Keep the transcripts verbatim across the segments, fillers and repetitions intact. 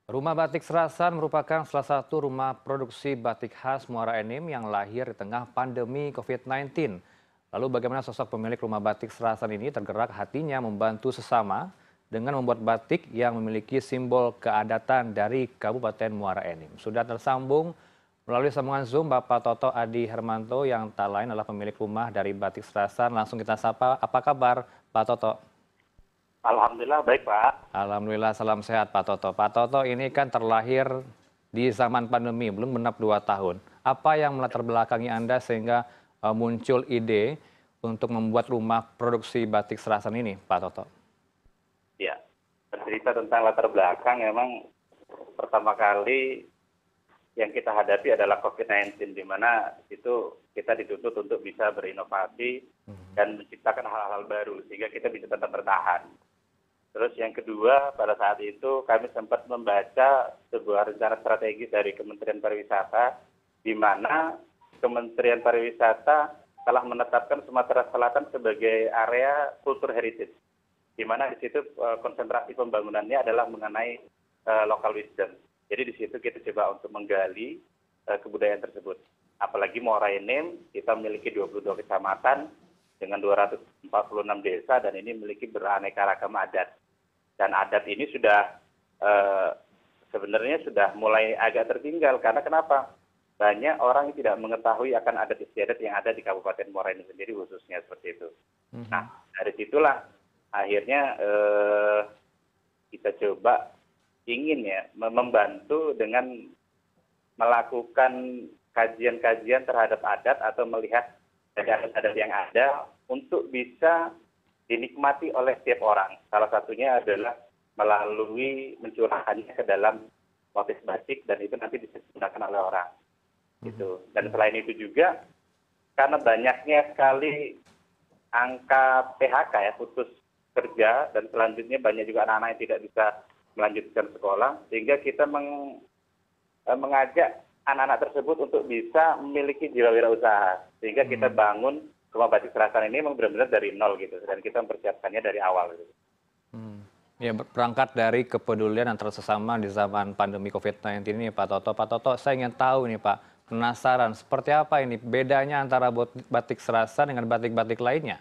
Rumah Batik Serasan merupakan salah satu rumah produksi batik khas Muara Enim yang lahir di tengah pandemi covid sembilan belas. Lalu bagaimana sosok pemilik rumah batik Serasan ini tergerak hatinya membantu sesama dengan membuat batik yang memiliki simbol keadatan dari Kabupaten Muara Enim. Sudah tersambung melalui sambungan Zoom Bapak Toto Adi Hermanto yang tak lain adalah pemilik rumah dari Batik Serasan. Langsung kita sapa, apa kabar Pak Toto? Alhamdulillah baik Pak. Alhamdulillah salam sehat Pak Toto. Pak Toto ini kan terlahir di zaman pandemi, belum genap dua tahun. Apa yang melatar belakangi Anda sehingga uh, muncul ide untuk membuat rumah produksi batik Serasan ini, Pak Toto? Ya, bercerita tentang latar belakang memang pertama kali yang kita hadapi adalah covid sembilan belas, di mana itu kita dituntut untuk bisa berinovasi dan menciptakan hal-hal baru sehingga kita bisa tetap bertahan. Terus yang kedua, pada saat itu kami sempat membaca sebuah rencana strategis dari Kementerian Pariwisata, di mana Kementerian Pariwisata telah menetapkan Sumatera Selatan sebagai area kultur heritage, di mana di situ konsentrasi pembangunannya adalah mengenai uh, local wisdom. Jadi di situ kita coba untuk menggali uh, kebudayaan tersebut. Apalagi Muara Enim, kita memiliki dua puluh dua kecamatan dengan dua ratus empat puluh enam desa dan ini memiliki beraneka ragam adat. Dan adat ini sudah eh, sebenarnya sudah mulai agak tertinggal karena kenapa? Banyak orang yang tidak mengetahui akan adat istiadat yang ada di Kabupaten Muara Enim sendiri khususnya seperti itu. Mhm. Nah, dari situlah akhirnya eh, kita coba ingin ya membantu dengan melakukan kajian-kajian terhadap adat atau melihat adat-adat yang ada untuk bisa dinikmati oleh setiap orang. Salah satunya adalah melalui mencurahkannya ke dalam motif batik dan itu nanti bisa digunakan oleh orang. Gitu. Dan selain itu juga karena banyaknya sekali angka P H K ya, putus kerja dan selanjutnya banyak juga anak-anak yang tidak bisa melanjutkan sekolah sehingga kita meng, eh, mengajak anak-anak tersebut untuk bisa memiliki jiwa wirausaha sehingga kita bangun rumah batik Serasan ini memang benar-benar dari nol gitu dan kita mempersiapkannya dari awal gitu. Hmm. Ya, berangkat dari kepedulian antara sesama di zaman pandemi covid sembilan belas ini Pak Toto. Pak Toto, saya ingin tahu nih Pak, penasaran seperti apa ini bedanya antara batik Serasan dengan batik-batik lainnya?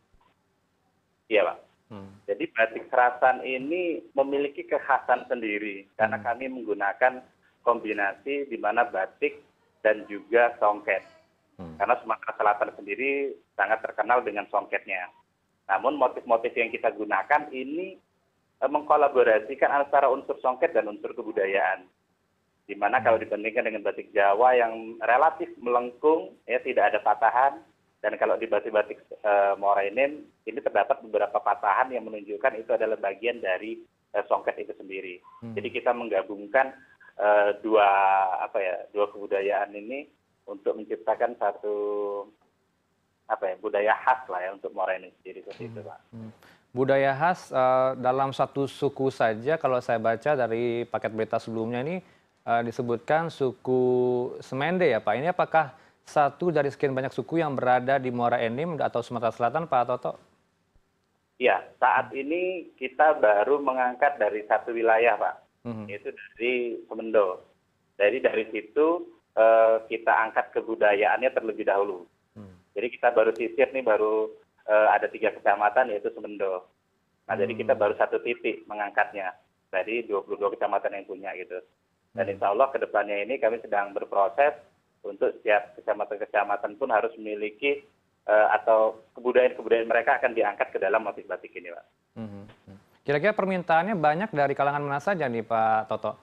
Iya Pak. Hmm. Jadi batik Serasan ini memiliki kekhasan sendiri karena kami menggunakan kombinasi di mana batik dan juga songket. Karena Sumatera Selatan sendiri sangat terkenal dengan songketnya. Namun motif-motif yang kita gunakan ini e, mengkolaborasikan antara unsur songket dan unsur kebudayaan. Di mana kalau dibandingkan dengan batik Jawa yang relatif melengkung, ya tidak ada patahan. Dan kalau di batik-batik e, Muara Enim, ini terdapat beberapa patahan yang menunjukkan itu adalah bagian dari e, songket itu sendiri. Hmm. Jadi kita menggabungkan e, dua apa ya dua kebudayaan ini untuk menciptakan satu apa ya budaya khas lah ya untuk Muara Enim sendiri seperti itu Pak. Hmm. Budaya khas uh, dalam satu suku saja kalau saya baca dari paket berita sebelumnya ini uh, disebutkan suku Semende ya Pak. Ini apakah satu dari sekian banyak suku yang berada di Muara Enim atau Sumatera Selatan Pak Toto? Iya, saat ini kita baru mengangkat dari satu wilayah Pak, mm-hmm. yaitu dari Semendo. Jadi dari situ kita angkat kebudayaannya terlebih dahulu. Hmm. Jadi kita baru sisir nih baru uh, ada tiga kecamatan yaitu Semendo. Nah hmm. jadi kita baru satu titik mengangkatnya dari dua puluh dua kecamatan yang punya gitu. Dan hmm. insya Allah ke depannya ini kami sedang berproses untuk setiap kecamatan-kecamatan pun harus memiliki uh, atau kebudayaan-kebudayaan mereka akan diangkat ke dalam motif batik ini Pak. Hmm. Kira-kira permintaannya banyak dari kalangan mana saja nih Pak Toto?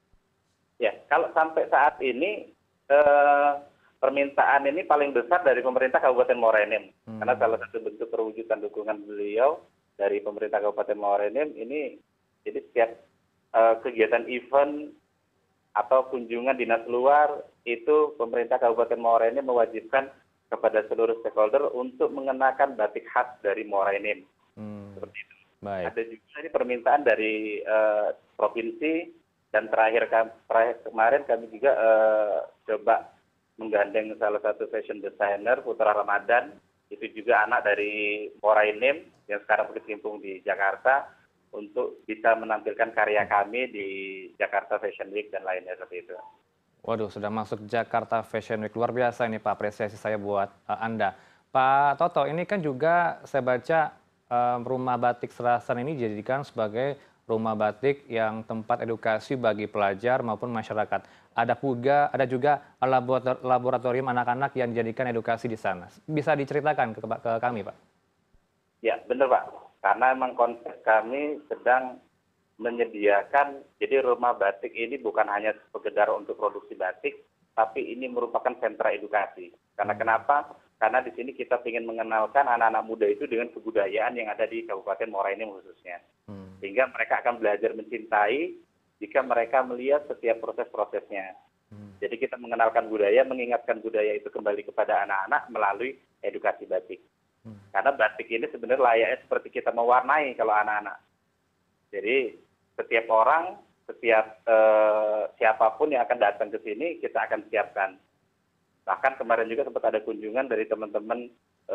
Ya, kalau sampai saat ini Eh, permintaan ini paling besar dari pemerintah Kabupaten Muara Enim. Hmm. Karena salah satu bentuk perwujudan dukungan beliau dari pemerintah Kabupaten Muara Enim ini, jadi setiap uh, kegiatan event atau kunjungan dinas luar, itu pemerintah Kabupaten Muara Enim mewajibkan kepada seluruh stakeholder untuk mengenakan batik khas dari Muara Enim. Hmm. Seperti itu. Baik. Ada juga ini permintaan dari uh, provinsi. Dan terakhir, terakhir kemarin kami juga uh, coba menggandeng salah satu fashion designer Putra Ramadan, itu juga anak dari Muara Enim yang sekarang berkecimpung di Jakarta, untuk bisa menampilkan karya kami di Jakarta Fashion Week dan lainnya seperti itu. Waduh, sudah masuk Jakarta Fashion Week. Luar biasa ini Pak, apresiasi saya buat uh, Anda. Pak Toto, ini kan juga saya baca uh, rumah batik Serasan ini dijadikan sebagai rumah batik yang tempat edukasi bagi pelajar maupun masyarakat. Ada juga, ada juga laboratorium anak-anak yang dijadikan edukasi di sana. Bisa diceritakan ke, ke kami, Pak? Ya, benar Pak. Karena memang konsep kami sedang menyediakan, jadi rumah batik ini bukan hanya sekedar untuk produksi batik, tapi ini merupakan sentra edukasi. Karena kenapa? Karena di sini kita ingin mengenalkan anak-anak muda itu dengan kebudayaan yang ada di Kabupaten Muara Enim khususnya. Hmm. Sehingga mereka akan belajar mencintai jika mereka melihat setiap proses-prosesnya. Hmm. Jadi kita mengenalkan budaya, mengingatkan budaya itu kembali kepada anak-anak melalui edukasi batik. Hmm. Karena batik ini sebenarnya layaknya seperti kita mewarnai kalau anak-anak. Jadi setiap orang, setiap eh, siapapun yang akan datang ke sini, kita akan siapkan. Bahkan kemarin juga sempat ada kunjungan dari teman-teman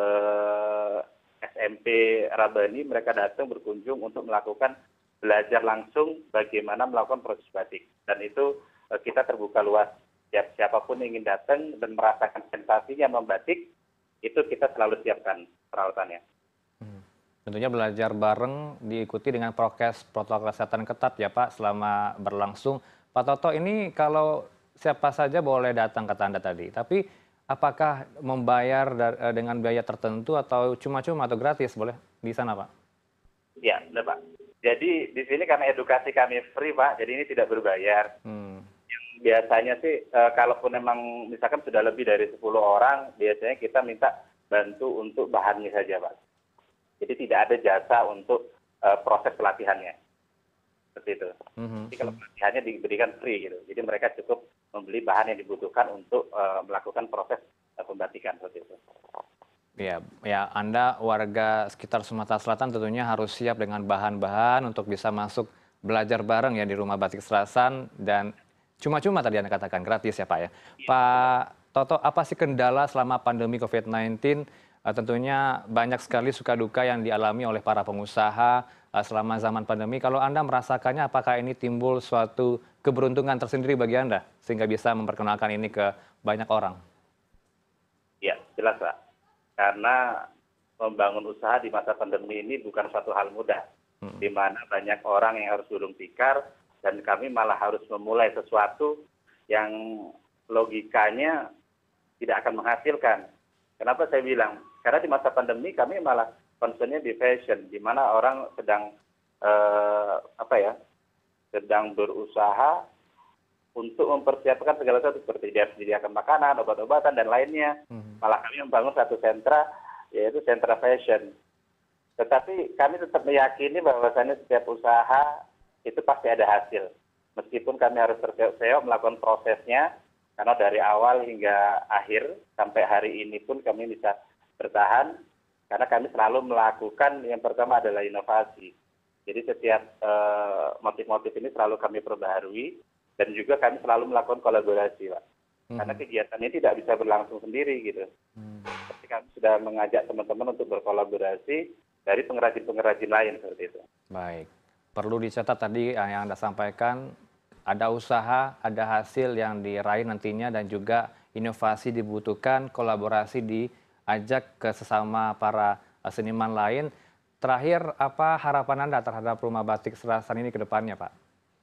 eh, S M P Rabani, mereka datang berkunjung untuk melakukan belajar langsung bagaimana melakukan proses batik. Dan itu eh, kita terbuka luas. Siap, siapapun yang ingin datang dan merasakan sensasinya membatik, itu kita selalu siapkan peralatannya. Hmm. Tentunya belajar bareng diikuti dengan prokes protokol kesehatan ketat ya Pak selama berlangsung. Pak Toto, ini kalau siapa saja boleh datang kata Anda tadi, tapi apakah membayar dengan biaya tertentu atau cuma-cuma atau gratis boleh di sana Pak? Ya, benar Pak. Jadi di sini karena edukasi kami free Pak, jadi ini tidak berbayar. Hmm. Yang biasanya sih e, kalaupun memang misalkan sudah lebih dari sepuluh orang, biasanya kita minta bantu untuk bahannya saja Pak. Jadi tidak ada jasa untuk uh, proses pelatihannya, seperti itu. Mm-hmm. Jadi kalau pelatihannya diberikan free gitu, jadi mereka cukup membeli bahan yang dibutuhkan untuk uh, melakukan proses uh, pembatikan seperti itu. Ya, ya Anda warga sekitar Sumatera Selatan tentunya harus siap dengan bahan-bahan untuk bisa masuk belajar bareng ya di Rumah Batik Serasan dan cuma-cuma tadi Anda katakan gratis ya Pak ya. Ya. Pak Toto, apa sih kendala selama pandemi covid sembilan belas? Uh, tentunya banyak sekali suka duka yang dialami oleh para pengusaha uh, selama zaman pandemi. Kalau Anda merasakannya, apakah ini timbul suatu keberuntungan tersendiri bagi Anda sehingga bisa memperkenalkan ini ke banyak orang? Ya, jelas Pak. Karena membangun usaha di masa pandemi ini bukan suatu hal mudah, hmm. di mana banyak orang yang harus gulung tikar dan kami malah harus memulai sesuatu yang logikanya tidak akan menghasilkan. Kenapa saya bilang? Karena di masa pandemi kami malah concernnya di fashion, di mana orang sedang eh, apa ya, sedang berusaha untuk mempersiapkan segala sesuatu seperti dia menyediakan makanan, obat-obatan dan lainnya. Mm-hmm. Malah kami membangun satu sentra, yaitu sentra fashion. Tetapi kami tetap meyakini bahwasannya setiap usaha itu pasti ada hasil, meskipun kami harus terseok melakukan prosesnya. Karena dari awal hingga akhir sampai hari ini pun kami bisa bertahan karena kami selalu melakukan yang pertama adalah inovasi. Jadi setiap uh, motif-motif ini selalu kami perbaharui dan juga kami selalu melakukan kolaborasi, Pak. Hmm. Karena kegiatan ini tidak bisa berlangsung sendiri gitu. Hmm. Tapi kami sudah mengajak teman-teman untuk berkolaborasi dari pengrajin-pengrajin lain seperti itu. Baik. Perlu dicatat tadi yang Anda sampaikan, ada usaha, ada hasil yang diraih nantinya dan juga inovasi dibutuhkan, kolaborasi diajak ke sesama para seniman lain. Terakhir, apa harapan Anda terhadap Rumah Batik Serasan ini ke depannya, Pak?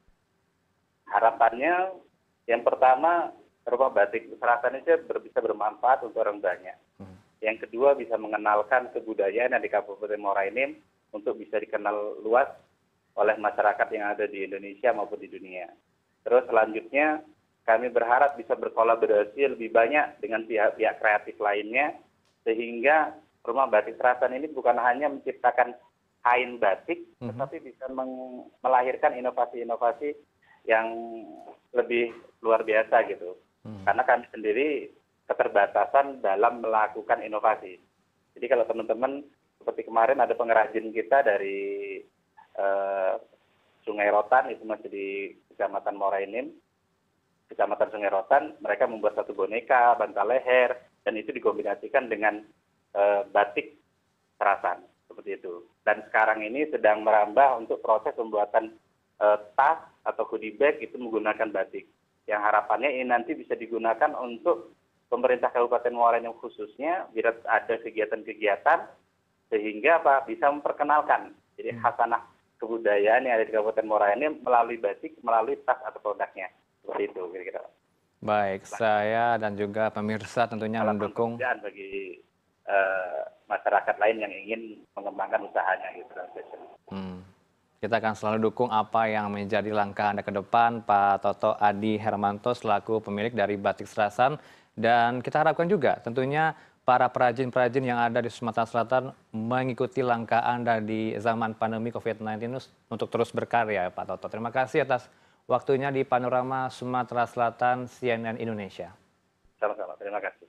Harapannya, yang pertama, Rumah Batik Serasan ini bisa bermanfaat untuk orang banyak. Hmm. Yang kedua, bisa mengenalkan kebudayaan yang di Kabupaten Muara Enim untuk bisa dikenal luas oleh masyarakat yang ada di Indonesia maupun di dunia. Terus selanjutnya kami berharap bisa berkolaborasi lebih banyak dengan pihak-pihak kreatif lainnya sehingga Rumah Batik Serasan ini bukan hanya menciptakan kain batik, mm-hmm. tetapi bisa melahirkan inovasi-inovasi yang lebih luar biasa gitu. Mm-hmm. Karena kami sendiri keterbatasan dalam melakukan inovasi. Jadi kalau teman-teman seperti kemarin ada pengrajin kita dari Uh, Sungai Rotan, itu masih di Kecamatan Muara Enim, Kecamatan Sungai Rotan, mereka membuat satu boneka, bantal leher, dan itu dikombinasikan dengan uh, batik Serasan. seperti itu. Dan sekarang ini sedang merambah untuk proses pembuatan eh, tas atau goodie bag itu menggunakan batik. Yang harapannya ini nanti bisa digunakan untuk pemerintah Kabupaten Muara Enim khususnya bila ada kegiatan-kegiatan sehingga apa bisa memperkenalkan jadi khasanah kebudayaan yang ada di Kabupaten Muara Enim melalui batik, melalui tas atau produknya. Seperti itu kira-kira. Baik, saya dan juga pemirsa tentunya Harapan mendukung. pekerjaan bagi eh, masyarakat lain yang ingin mengembangkan usahanya gitu. Hmm. Kita akan selalu dukung apa yang menjadi langkah Anda ke depan, Pak Toto Adi Hermanto selaku pemilik dari Batik Serasan. Dan kita harapkan juga tentunya para perajin-perajin yang ada di Sumatera Selatan mengikuti langkah Anda di zaman pandemi covid sembilan belas untuk terus berkarya, Pak Toto. Terima kasih atas waktunya di Panorama Sumatera Selatan C N N Indonesia. Sama-sama, terima kasih.